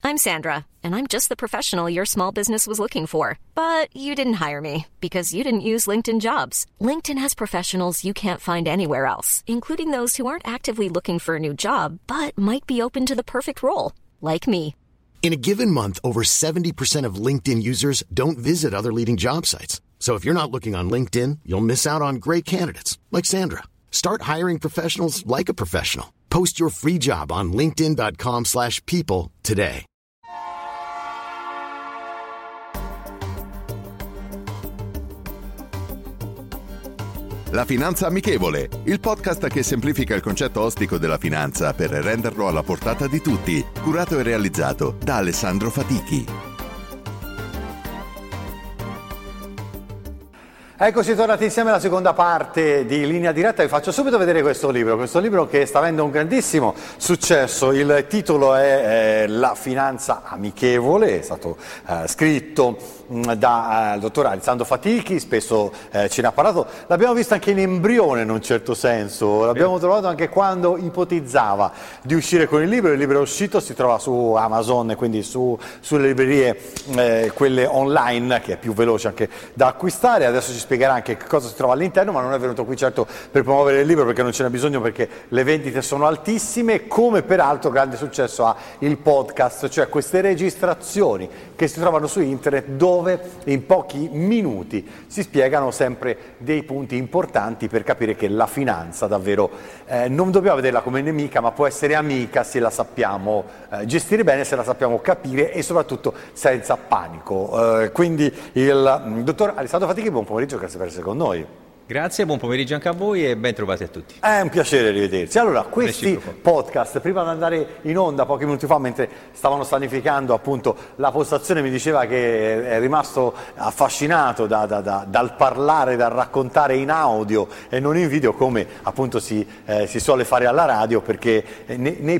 I'm Sandra, and I'm just the professional your small business was looking for. But you didn't hire me because you didn't use LinkedIn Jobs. LinkedIn has professionals you can't find anywhere else, including those who aren't actively looking for a new job, but might be open to the perfect role, like me. In a given month, over 70% of LinkedIn users don't visit other leading job sites. So if you're not looking on LinkedIn, you'll miss out on great candidates like Sandra. Start hiring professionals like a professional. Post your free job on linkedin.com/people today. La Finanza Amichevole, il podcast che semplifica il concetto ostico della finanza per renderlo alla portata di tutti, curato e realizzato da Alessandro Fatichi. Eccoci tornati insieme alla seconda parte di Linea Diretta. Vi faccio subito vedere questo libro che sta avendo un grandissimo successo. Il titolo è La Finanza Amichevole, è stato scritto dal dottor Alessandro Fatichi, spesso ce ne ha parlato, l'abbiamo visto anche in embrione in un certo senso, l'abbiamo trovato anche quando ipotizzava di uscire con il libro è uscito, si trova su Amazon e quindi sulle librerie quelle online, che è più veloce anche da acquistare. Adesso ci spiegherà anche che cosa si trova all'interno, ma non è venuto qui certo per promuovere il libro, perché non ce n'è bisogno, perché le vendite sono altissime, come peraltro grande successo ha il podcast, cioè queste registrazioni che si trovano su internet dove in pochi minuti si spiegano sempre dei punti importanti per capire che la finanza davvero non dobbiamo vederla come nemica, ma può essere amica se la sappiamo gestire bene, se la sappiamo capire e soprattutto senza panico. Quindi il dottor Alessandro Fatichi, buon pomeriggio, grazie per essere con noi. Grazie, buon pomeriggio anche a voi e ben trovati a tutti. È un piacere rivederci. Allora, questi podcast, prima di andare in onda pochi minuti fa, mentre stavano sanificando appunto la postazione, mi diceva che è rimasto affascinato dal parlare, dal raccontare in audio e non in video, come appunto si suole fare alla radio, perché dei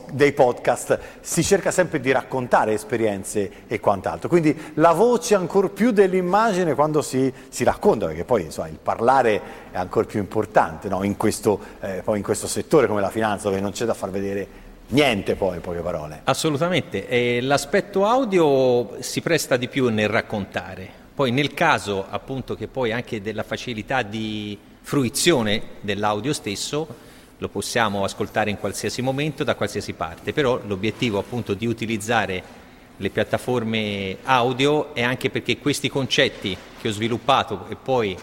podcast si cerca sempre di raccontare esperienze e quant'altro. Quindi la voce ancor più dell'immagine quando si racconta, perché poi insomma il parlare è ancora più importante, no? Poi in questo settore come la finanza, dove non c'è da far vedere niente, poi in poche parole. Assolutamente, l'aspetto audio si presta di più nel raccontare, poi nel caso appunto che poi anche della facilità di fruizione dell'audio stesso lo possiamo ascoltare in qualsiasi momento, da qualsiasi parte, però l'obiettivo appunto di utilizzare le piattaforme audio è anche perché questi concetti che ho sviluppato e poi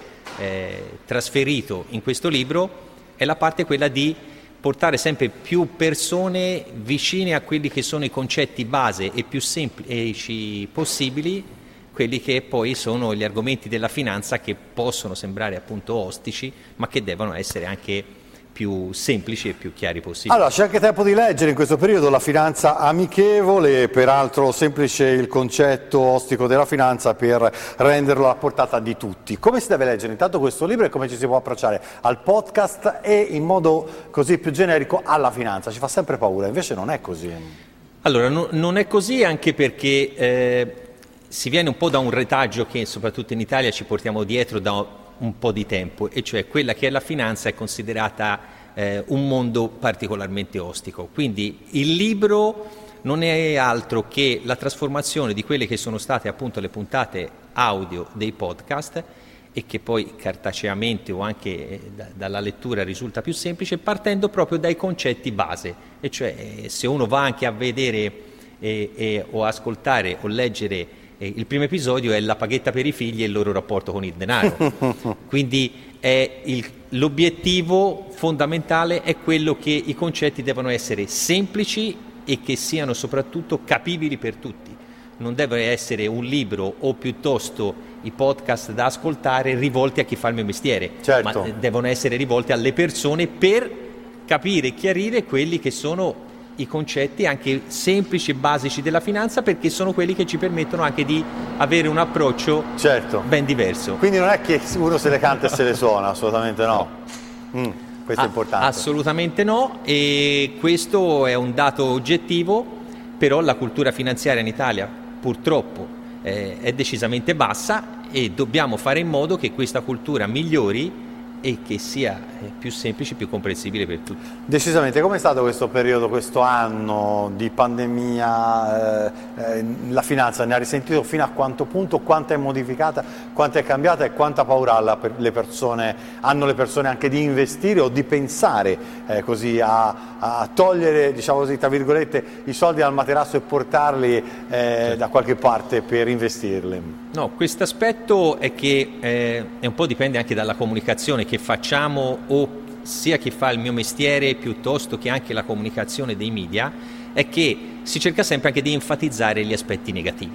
trasferito in questo libro è la parte quella di portare sempre più persone vicine a quelli che sono i concetti base e più semplici possibili, quelli che poi sono gli argomenti della finanza, che possono sembrare appunto ostici ma che devono essere anche più semplici e più chiari possibili. Allora, c'è anche tempo di leggere in questo periodo La Finanza Amichevole, peraltro semplice il concetto ostico della finanza per renderlo a portata di tutti. Come si deve leggere intanto questo libro e come ci si può approcciare al podcast e in modo così più generico alla finanza? Ci fa sempre paura, invece non è così. Allora, non è così, anche perché si viene un po' da un retaggio che soprattutto in Italia ci portiamo dietro da un po' di tempo, e cioè quella che è la finanza è considerata un mondo particolarmente ostico. Quindi il libro non è altro che la trasformazione di quelle che sono state appunto le puntate audio dei podcast, e che poi cartaceamente o anche dalla lettura risulta più semplice, partendo proprio dai concetti base, e cioè se uno va anche a vedere o ascoltare o leggere il primo episodio è la paghetta per i figli e il loro rapporto con il denaro. Quindi l'obiettivo fondamentale è quello che i concetti devono essere semplici e che siano soprattutto capibili per tutti. Non deve essere un libro o piuttosto i podcast da ascoltare rivolti a chi fa il mio mestiere, certo, ma devono essere rivolti alle persone per capire e chiarire quelli che sono i concetti anche semplici e basici della finanza, perché sono quelli che ci permettono anche di avere un approccio ben diverso. Quindi non è che uno se le canta e se le suona, assolutamente no. Questo è importante. Assolutamente no, e questo è un dato oggettivo, però la cultura finanziaria in Italia purtroppo è decisamente bassa, e dobbiamo fare in modo che questa cultura migliori e che sia più semplice, più comprensibile per tutti. Decisamente. Com'è stato questo periodo, questo anno di pandemia? La finanza ne ha risentito fino a quanto punto? Quanto è modificata, quanto è cambiata e quanta paura hanno le persone anche di investire o di pensare così a togliere, diciamo così, tra virgolette, i soldi dal materasso e portarli da qualche parte per investirli? No, questo aspetto è che è un po' dipende anche dalla comunicazione che facciamo, o sia chi fa il mio mestiere piuttosto che anche la comunicazione dei media, è che si cerca sempre anche di enfatizzare gli aspetti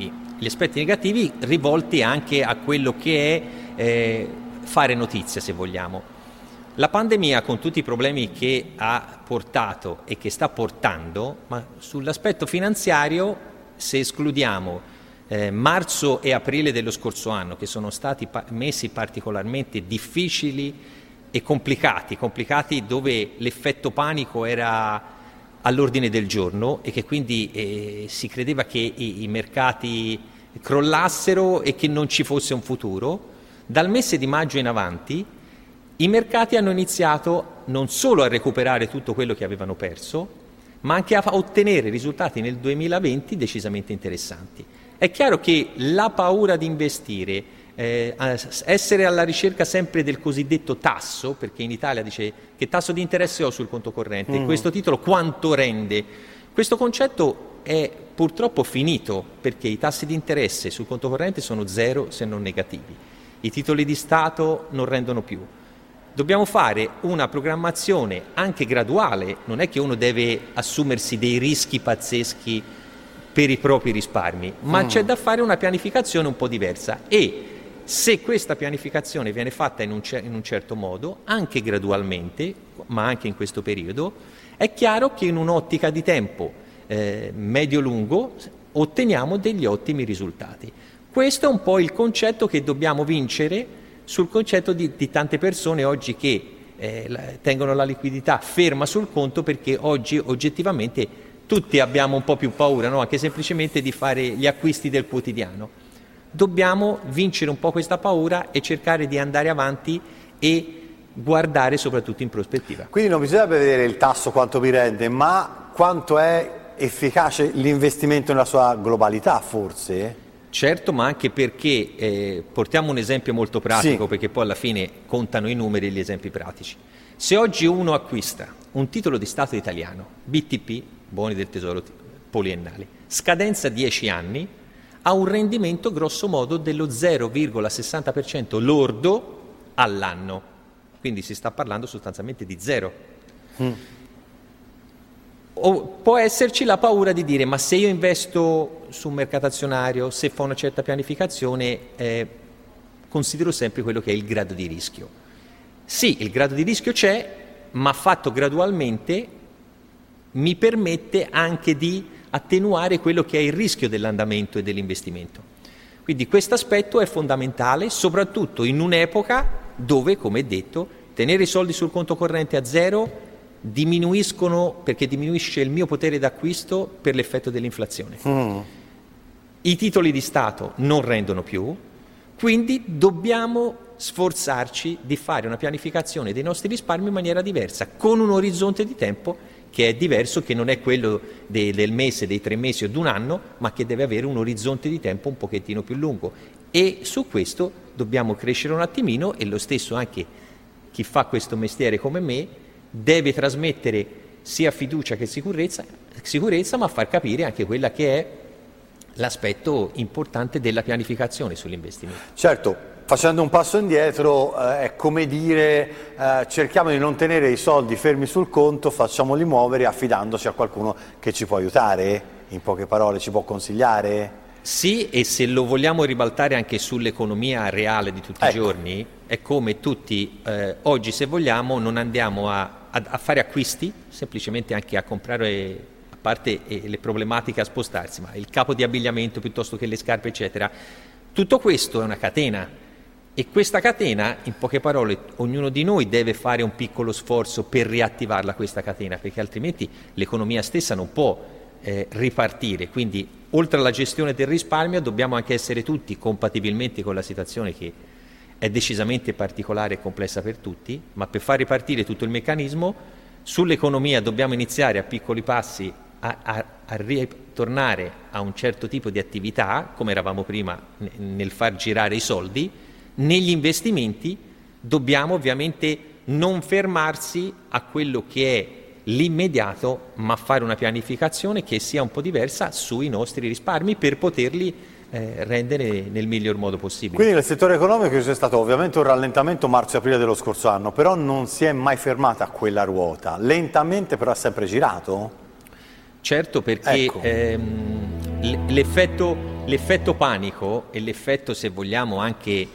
negativi rivolti anche a quello che è fare notizia, se vogliamo. La pandemia, con tutti i problemi che ha portato e che sta portando, ma sull'aspetto finanziario, se escludiamo marzo e aprile dello scorso anno, che sono stati mesi particolarmente difficili e complicati dove l'effetto panico era all'ordine del giorno e che quindi si credeva che i mercati crollassero e che non ci fosse un futuro, dal mese di maggio in avanti i mercati hanno iniziato non solo a recuperare tutto quello che avevano perso, ma anche a ottenere risultati nel 2020 decisamente interessanti. È chiaro che la paura di investire, essere alla ricerca sempre del cosiddetto tasso, perché in Italia dice che tasso di interesse ho sul conto corrente, questo titolo quanto rende, questo concetto è purtroppo finito, perché i tassi di interesse sul conto corrente sono zero se non negativi, i titoli di Stato non rendono più. Dobbiamo fare una programmazione anche graduale, non è che uno deve assumersi dei rischi pazzeschi per i propri risparmi, ma c'è da fare una pianificazione un po' diversa, e se questa pianificazione viene fatta in un certo modo, anche gradualmente, ma anche in questo periodo, è chiaro che in un'ottica di tempo medio-lungo otteniamo degli ottimi risultati. Questo è un po' il concetto che dobbiamo vincere sul concetto di tante persone oggi che tengono la liquidità ferma sul conto, perché oggi oggettivamente tutti abbiamo un po' più paura, no? Anche semplicemente di fare gli acquisti del quotidiano. Dobbiamo vincere un po' questa paura e cercare di andare avanti e guardare soprattutto in prospettiva. Quindi non bisogna vedere il tasso quanto mi rende, ma quanto è efficace l'investimento nella sua globalità, forse? Certo, ma anche perché portiamo un esempio molto pratico, sì, perché poi alla fine contano i numeri e gli esempi pratici. Se oggi uno acquista un titolo di Stato italiano, BTP, buoni del tesoro poliennali, scadenza 10 anni, ha un rendimento grosso modo dello 0,60% lordo all'anno, quindi si sta parlando sostanzialmente di zero. O può esserci la paura di dire: ma se io investo su un mercato azionario, se fa una certa pianificazione, considero sempre quello che è il grado di rischio. Sì, il grado di rischio c'è, ma fatto gradualmente mi permette anche di attenuare quello che è il rischio dell'andamento e dell'investimento. Quindi questo aspetto è fondamentale, soprattutto in un'epoca dove, come detto, tenere i soldi sul conto corrente a zero diminuiscono, perché diminuisce il mio potere d'acquisto per l'effetto dell'inflazione. I titoli di Stato non rendono più, quindi dobbiamo sforzarci di fare una pianificazione dei nostri risparmi in maniera diversa, con un orizzonte di tempo che è diverso, che non è quello del mese, dei 3 mesi o di un anno, ma che deve avere un orizzonte di tempo un pochettino più lungo, e su questo dobbiamo crescere un attimino, e lo stesso anche chi fa questo mestiere come me deve trasmettere sia fiducia che sicurezza, ma far capire anche quella che è l'aspetto importante della pianificazione sull'investimento. Certo. Facendo un passo indietro, è come dire cerchiamo di non tenere i soldi fermi sul conto, facciamoli muovere affidandoci a qualcuno che ci può aiutare, in poche parole ci può consigliare? Sì, e se lo vogliamo ribaltare anche sull'economia reale di tutti i giorni, è come tutti oggi, se vogliamo, non andiamo a fare acquisti, semplicemente anche a comprare, a parte le problematiche a spostarsi, ma il capo di abbigliamento piuttosto che le scarpe eccetera. Tutto questo è una catena. E questa catena, in poche parole, ognuno di noi deve fare un piccolo sforzo per riattivarla questa catena, perché altrimenti l'economia stessa non può ripartire. Quindi, oltre alla gestione del risparmio, dobbiamo anche essere tutti, compatibilmente con la situazione che è decisamente particolare e complessa per tutti, ma per far ripartire tutto il meccanismo sull'economia dobbiamo iniziare a piccoli passi a ritornare a un certo tipo di attività, come eravamo prima nel far girare i soldi. Negli investimenti dobbiamo ovviamente non fermarsi a quello che è l'immediato, ma fare una pianificazione che sia un po' diversa sui nostri risparmi per poterli rendere nel miglior modo possibile. Quindi nel settore economico c'è stato ovviamente un rallentamento marzo-aprile dello scorso anno, però non si è mai fermata quella ruota, lentamente però ha sempre girato? Certo, perché Ecco. l'effetto panico e l'effetto, se vogliamo, anche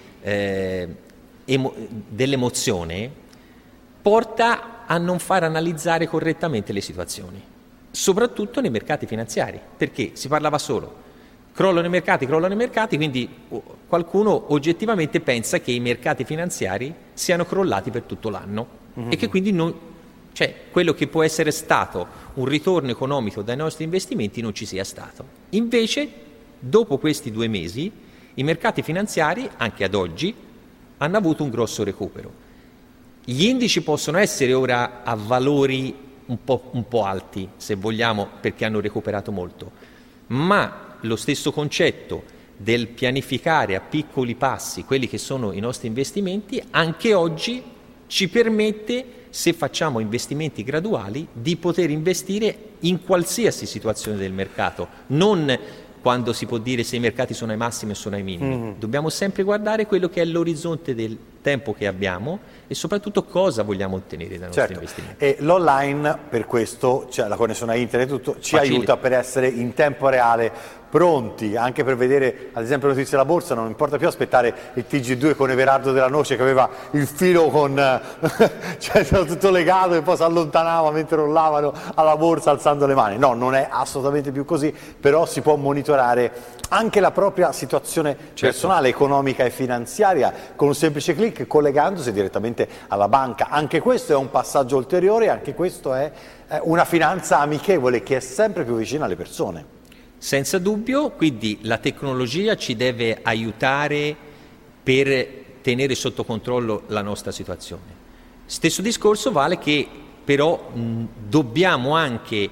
dell'emozione porta a non far analizzare correttamente le situazioni, soprattutto nei mercati finanziari, perché si parlava solo crollano i mercati, quindi qualcuno oggettivamente pensa che i mercati finanziari siano crollati per tutto l'anno e che quindi quello che può essere stato un ritorno economico dai nostri investimenti non ci sia stato. Invece, dopo questi 2 mesi, i mercati finanziari, anche ad oggi, hanno avuto un grosso recupero. Gli indici possono essere ora a valori un po' alti, se vogliamo, perché hanno recuperato molto, ma lo stesso concetto del pianificare a piccoli passi quelli che sono i nostri investimenti, anche oggi ci permette, se facciamo investimenti graduali, di poter investire in qualsiasi situazione del mercato, non quando si può dire se i mercati sono ai massimi o sono ai minimi. Dobbiamo sempre guardare quello che è l'orizzonte del tempo che abbiamo e soprattutto cosa vogliamo ottenere dai nostri investimenti. E l'online, per questo, cioè la connessione a internet, tutto, ci aiuta per essere in tempo reale pronti, anche per vedere ad esempio le notizie della borsa. Non importa più aspettare il TG2 con Everardo Della Noce che aveva il filo con cioè tutto legato e poi si allontanava mentre rollavano alla borsa alzando le mani. No, non è assolutamente più così, però si può monitorare anche la propria situazione personale, economica e finanziaria con un semplice clic, collegandosi direttamente alla banca. Anche questo è un passaggio ulteriore, anche questo è una finanza amichevole che è sempre più vicina alle persone. Senza dubbio, quindi la tecnologia ci deve aiutare per tenere sotto controllo la nostra situazione. Stesso discorso vale che però dobbiamo anche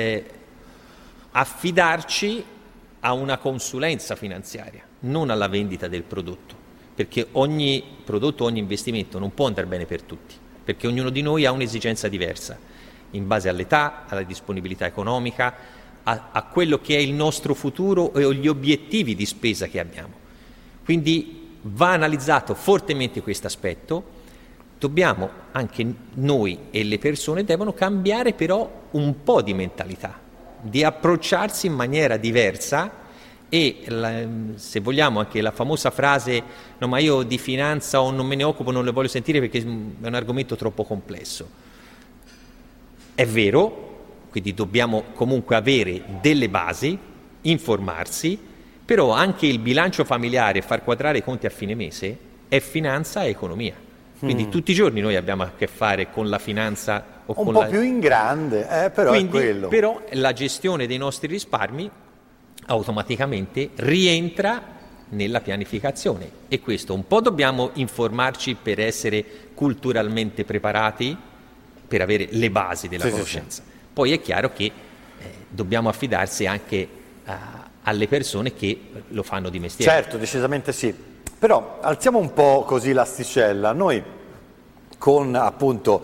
affidarci a una consulenza finanziaria, non alla vendita del prodotto, perché ogni prodotto, ogni investimento non può andare bene per tutti, perché ognuno di noi ha un'esigenza diversa, in base all'età, alla disponibilità economica, a quello che è il nostro futuro e gli obiettivi di spesa che abbiamo. Quindi va analizzato fortemente questo aspetto. Dobbiamo, anche noi e le persone, devono cambiare però un po' di mentalità, di approcciarsi in maniera diversa e, se vogliamo, anche la famosa frase no ma io di finanza o non me ne occupo, non le voglio sentire perché è un argomento troppo complesso. È vero. Quindi dobbiamo comunque avere delle basi, informarsi, però anche il bilancio familiare, far quadrare i conti a fine mese, è finanza e economia. Quindi tutti i giorni noi abbiamo a che fare con la finanza o un con po' più in grande, però quindi, è quello. Però la gestione dei nostri risparmi automaticamente rientra nella pianificazione e questo un po' dobbiamo informarci per essere culturalmente preparati, per avere le basi della conoscenza. Sì. Poi è chiaro che dobbiamo affidarsi anche alle persone che lo fanno di mestiere. Certo, decisamente sì. Però alziamo un po' così l'asticella. Noi con appunto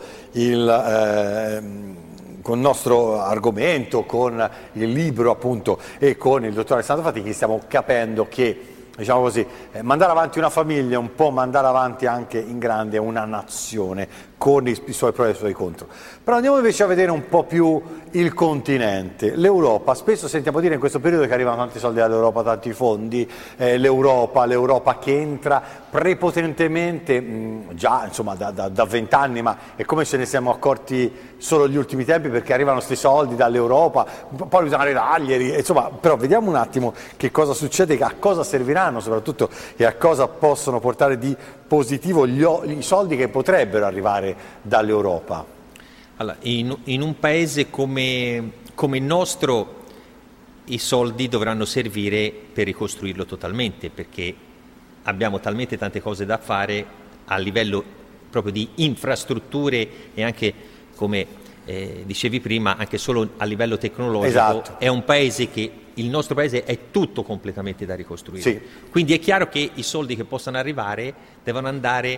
con il nostro argomento, con il libro appunto e con il dottor Alessandro Fatichi stiamo capendo che, diciamo così, mandare avanti una famiglia è un po' mandare avanti anche in grande una nazione con i suoi pro e i suoi contro. Però andiamo invece a vedere un po' più il continente, l'Europa. Spesso sentiamo dire in questo periodo che arrivano tanti soldi dall'Europa, tanti fondi, l'Europa che entra prepotentemente già insomma da 20 anni, ma è come se ne siamo accorti solo negli ultimi tempi perché arrivano questi soldi dall'Europa, poi bisogna toglierli, insomma, però vediamo un attimo che cosa succede, a cosa serviranno soprattutto e a cosa possono portare di positivo i soldi che potrebbero arrivare dall'Europa. Allora, in un paese come il nostro i soldi dovranno servire per ricostruirlo totalmente, perché abbiamo talmente tante cose da fare a livello proprio di infrastrutture e anche, come dicevi prima, anche solo a livello tecnologico. Esatto. È un paese che, il nostro paese è tutto completamente da ricostruire. Sì. Quindi è chiaro che i soldi che possano arrivare devono andare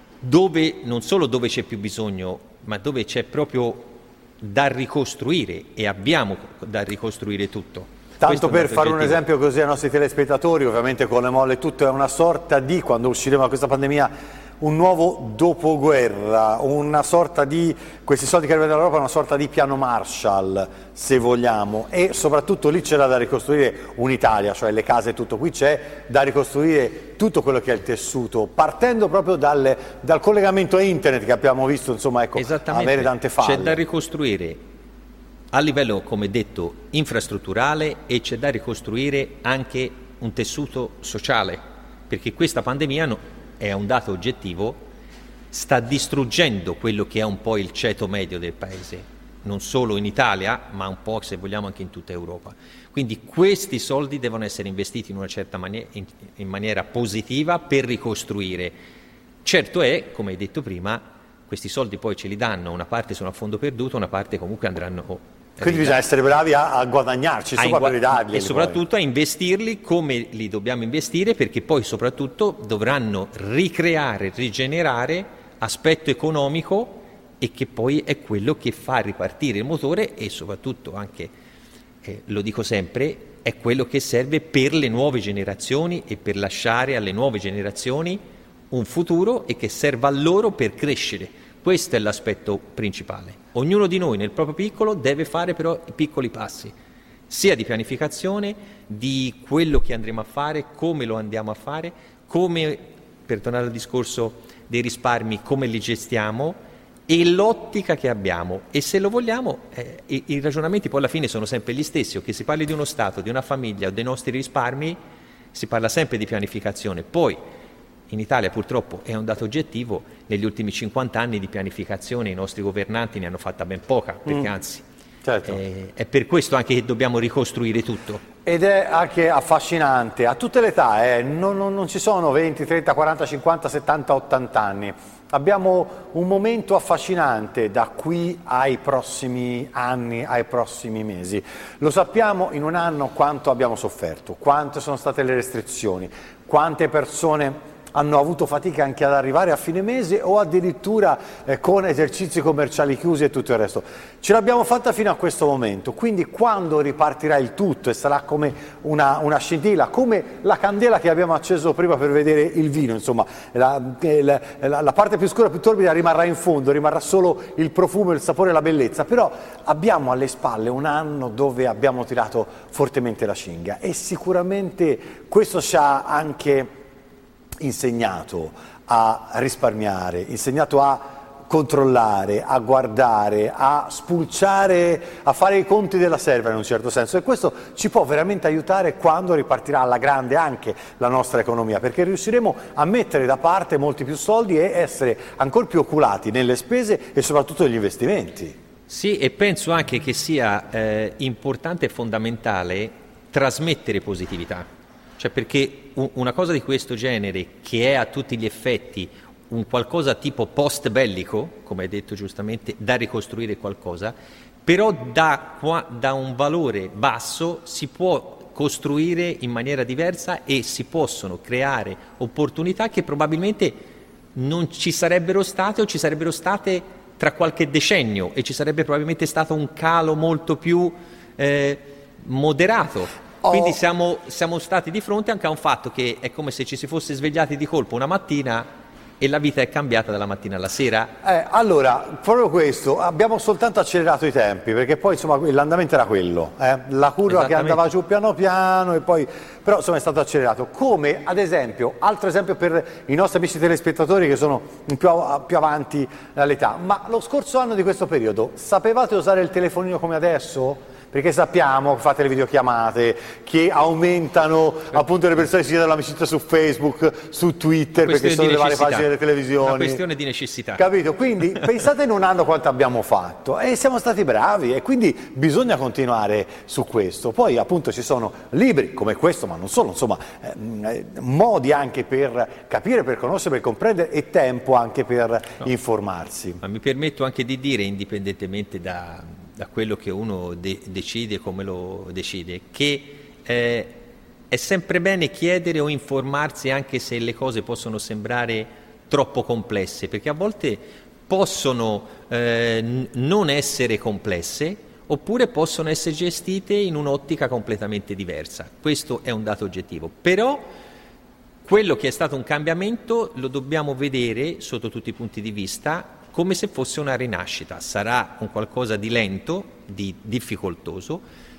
dove, non solo dove c'è più bisogno, ma dove c'è proprio da ricostruire, e abbiamo da ricostruire tutto. Tanto per fare un esempio così ai nostri telespettatori, ovviamente con le molle tutto è una sorta di, quando usciremo da questa pandemia, un nuovo dopoguerra, una sorta di, questi soldi che arrivano dall'Europa, una sorta di piano Marshall, se vogliamo, e soprattutto lì c'era da ricostruire un'Italia, cioè le case e tutto, qui c'è da ricostruire tutto quello che è il tessuto, partendo proprio dal collegamento a internet che abbiamo visto, insomma, ecco, avere tante falle. C'è da ricostruire a livello, come detto, infrastrutturale, e c'è da ricostruire anche un tessuto sociale, perché questa pandemia è un dato oggettivo, sta distruggendo quello che è un po' il ceto medio del paese, non solo in Italia, ma un po', se vogliamo, anche in tutta Europa. Quindi questi soldi devono essere investiti in una certa maniera, in maniera positiva, per ricostruire. Certo è, come hai detto prima, questi soldi poi ce li danno, una parte sono a fondo perduto, una parte comunque andranno. Quindi bisogna essere bravi a guadagnarci, e soprattutto a investirli come li dobbiamo investire, perché poi soprattutto dovranno ricreare, rigenerare aspetto economico, e che poi è quello che fa ripartire il motore, e soprattutto anche, lo dico sempre, è quello che serve per le nuove generazioni e per lasciare alle nuove generazioni un futuro, e che serva a loro per crescere. Questo è l'aspetto principale. Ognuno di noi nel proprio piccolo deve fare però i piccoli passi, sia di pianificazione, di quello che andremo a fare, come lo andiamo a fare, come, per tornare al discorso dei risparmi, come li gestiamo, e l'ottica che abbiamo. E se lo vogliamo, i ragionamenti poi alla fine sono sempre gli stessi, o che si parli di uno Stato, di una famiglia o dei nostri risparmi, si parla sempre di pianificazione. Poi in Italia purtroppo è un dato oggettivo, negli ultimi 50 anni di pianificazione i nostri governanti ne hanno fatta ben poca, perché anzi certo. È per questo anche che dobbiamo ricostruire tutto. Ed è anche affascinante, a tutte le età, non ci sono 20, 30, 40, 50, 70, 80 anni. Abbiamo un momento affascinante da qui ai prossimi anni, ai prossimi mesi. Lo sappiamo in un anno quanto abbiamo sofferto, quante sono state le restrizioni, quante persone hanno avuto fatica anche ad arrivare a fine mese, o addirittura con esercizi commerciali chiusi e tutto il resto. Ce l'abbiamo fatta fino a questo momento, quindi quando ripartirà il tutto, e sarà come una scintilla, come la candela che abbiamo acceso prima per vedere il vino, insomma, la parte più scura, più torbida rimarrà in fondo, rimarrà solo il profumo, il sapore e la bellezza, però abbiamo alle spalle un anno dove abbiamo tirato fortemente la cinghia, e sicuramente questo ci ha anche insegnato a risparmiare, insegnato a controllare, a guardare, a spulciare, a fare i conti della serva in un certo senso, e questo ci può veramente aiutare quando ripartirà alla grande anche la nostra economia, perché riusciremo a mettere da parte molti più soldi e essere ancora più oculati nelle spese e soprattutto negli investimenti. Sì, e penso anche che sia importante e fondamentale trasmettere positività. Cioè, perché una cosa di questo genere, che è a tutti gli effetti un qualcosa tipo post bellico, come hai detto giustamente, da ricostruire qualcosa, però da un valore basso si può costruire in maniera diversa, e si possono creare opportunità che probabilmente non ci sarebbero state, o ci sarebbero state tra qualche decennio, e ci sarebbe probabilmente stato un calo molto più moderato. Quindi siamo stati di fronte anche a un fatto che è come se ci si fosse svegliati di colpo una mattina e la vita è cambiata dalla mattina alla sera. Allora, proprio questo, abbiamo soltanto accelerato i tempi, perché poi insomma l'andamento era quello, la curva che andava giù piano piano, e poi però insomma è stato accelerato. Come ad esempio, altro esempio per i nostri amici telespettatori che sono più avanti all'età, ma lo scorso anno di questo periodo sapevate usare il telefonino come adesso? perché sappiamo che fate le videochiamate, che aumentano appunto le persone che si chiedono l'amicizia su Facebook, su Twitter, perché sono le varie pagine delle televisioni. Una questione di necessità. Capito? Quindi pensate in un anno quanto abbiamo fatto e siamo stati bravi e quindi bisogna continuare su questo. Poi appunto ci sono libri come questo, ma non solo, insomma, modi anche per capire, per conoscere, per comprendere e tempo anche per informarsi. Ma mi permetto anche di dire, indipendentemente da quello che uno decide, come lo decide, che è sempre bene chiedere o informarsi anche se le cose possono sembrare troppo complesse, perché a volte possono non essere complesse oppure possono essere gestite in un'ottica completamente diversa. Questo è un dato oggettivo. Però quello che è stato un cambiamento lo dobbiamo vedere sotto tutti i punti di vista come se fosse una rinascita. Sarà un qualcosa di lento, di difficoltoso,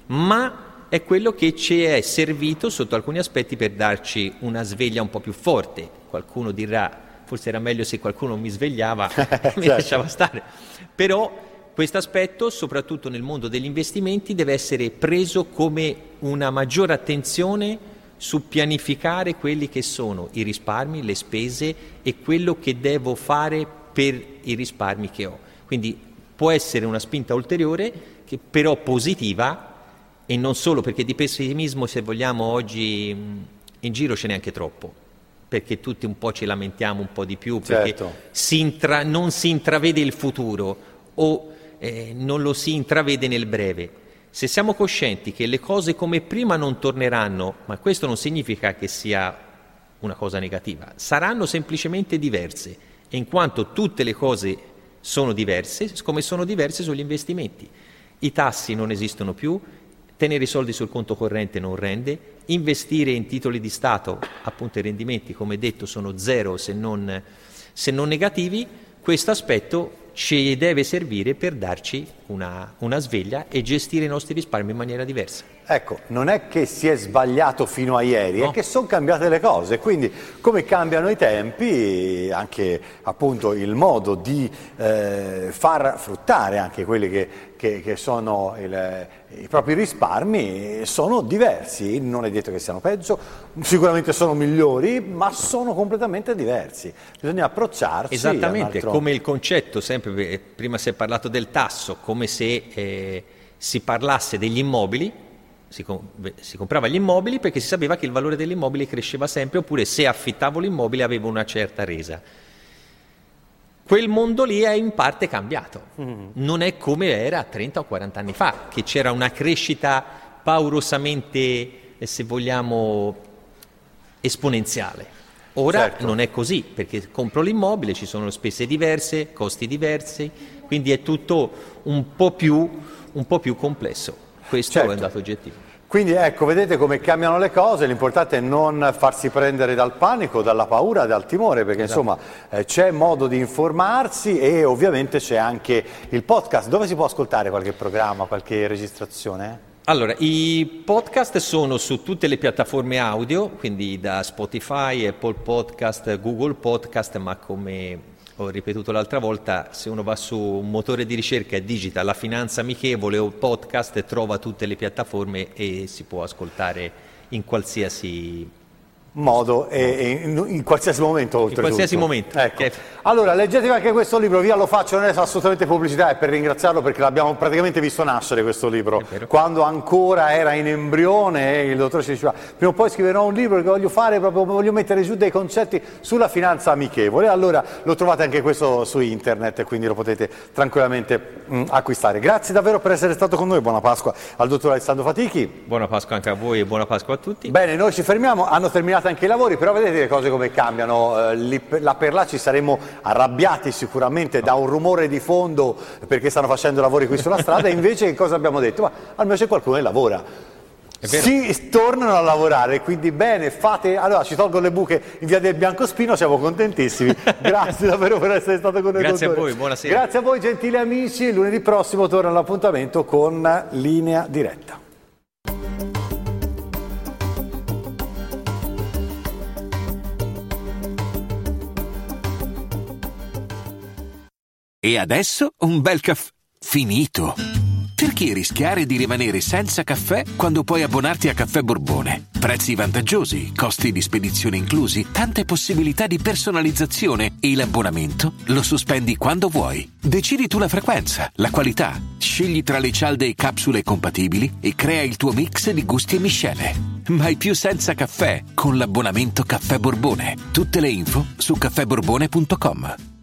ma è quello che ci è servito sotto alcuni aspetti per darci una sveglia un po' più forte. Qualcuno dirà, forse era meglio se qualcuno mi svegliava e mi lasciava stare. Però questo aspetto, soprattutto nel mondo degli investimenti, deve essere preso come una maggiore attenzione su pianificare quelli che sono i risparmi, le spese e quello che devo fare per i risparmi che ho. Quindi può essere una spinta ulteriore, che però positiva, e non solo, perché di pessimismo, se vogliamo, oggi in giro ce n'è anche troppo, perché tutti un po' ci lamentiamo un po' di più, perché non si intravede il futuro o non lo si intravede nel breve. Se siamo coscienti che le cose come prima non torneranno, ma questo non significa che sia una cosa negativa, saranno semplicemente diverse, e in quanto tutte le cose sono diverse, come sono diverse sugli investimenti. I tassi non esistono più, tenere i soldi sul conto corrente non rende, investire in titoli di Stato, appunto i rendimenti, come detto, sono zero se non negativi. Questo aspetto ci deve servire per darci una sveglia e gestire i nostri risparmi in maniera diversa. Ecco, non è che si è sbagliato fino a ieri, no. È che sono cambiate le cose, quindi come cambiano i tempi, anche appunto il modo di far fruttare anche quelli che sono i propri risparmi sono diversi. Non è detto che siano peggio, sicuramente sono migliori, ma sono completamente diversi. Bisogna approcciarsi. Esattamente, come il concetto, sempre prima si è parlato del tasso, come se si parlasse degli immobili. Si comprava gli immobili perché si sapeva che il valore dell'immobile cresceva sempre, oppure se affittavo l'immobile avevo una certa resa. Quel mondo lì è in parte cambiato, non è come era 30 o 40 anni fa, che c'era una crescita paurosamente, se vogliamo, esponenziale. Ora non è così, perché compro l'immobile, ci sono spese diverse, costi diversi, quindi è tutto un po' più complesso. Questo è un dato oggettivo. Quindi ecco, vedete come cambiano le cose, l'importante è non farsi prendere dal panico, dalla paura, dal timore, perché insomma c'è modo di informarsi e ovviamente c'è anche il podcast. Dove si può ascoltare qualche programma, qualche registrazione? Allora, i podcast sono su tutte le piattaforme audio, quindi da Spotify, Apple Podcast, Google Podcast, ma come ho ripetuto l'altra volta, se uno va su un motore di ricerca e digita La Finanza Amichevole o podcast, trova tutte le piattaforme e si può ascoltare in qualsiasi modo e in qualsiasi momento, oltretutto. In qualsiasi momento. Ecco. Allora, leggetevi anche questo libro, via, lo faccio, non è assolutamente pubblicità, è per ringraziarlo perché l'abbiamo praticamente visto nascere questo libro, quando ancora era in embrione. Il dottore ci diceva, prima o poi scriverò un libro che voglio fare, proprio voglio mettere giù dei concetti sulla finanza amichevole. Allora lo trovate anche questo su internet, quindi lo potete tranquillamente acquistare. Grazie davvero per essere stato con noi, buona Pasqua al dottor Alessandro Fatichi. Buona Pasqua anche a voi e buona Pasqua a tutti. Bene, noi ci fermiamo, hanno terminato anche i lavori, però vedete le cose come cambiano. Là per là ci saremmo arrabbiati sicuramente da un rumore di fondo perché stanno facendo lavori qui sulla strada, e invece che cosa abbiamo detto? Ma almeno c'è qualcuno che lavora. Si tornano a lavorare, quindi bene, fate. Allora ci tolgo le buche in via del Biancospino, siamo contentissimi. Grazie davvero per essere stato con noi. Grazie a voi, buonasera. Grazie a voi gentili amici, lunedì prossimo torna l'appuntamento con Linea Diretta. E adesso un bel caffè finito. Perché rischiare di rimanere senza caffè quando puoi abbonarti a Caffè Borbone? Prezzi vantaggiosi, costi di spedizione inclusi, tante possibilità di personalizzazione e l'abbonamento lo sospendi quando vuoi. Decidi tu la frequenza, la qualità, scegli tra le cialde e capsule compatibili e crea il tuo mix di gusti e miscele. Mai più senza caffè con l'abbonamento Caffè Borbone. Tutte le info su caffèborbone.com.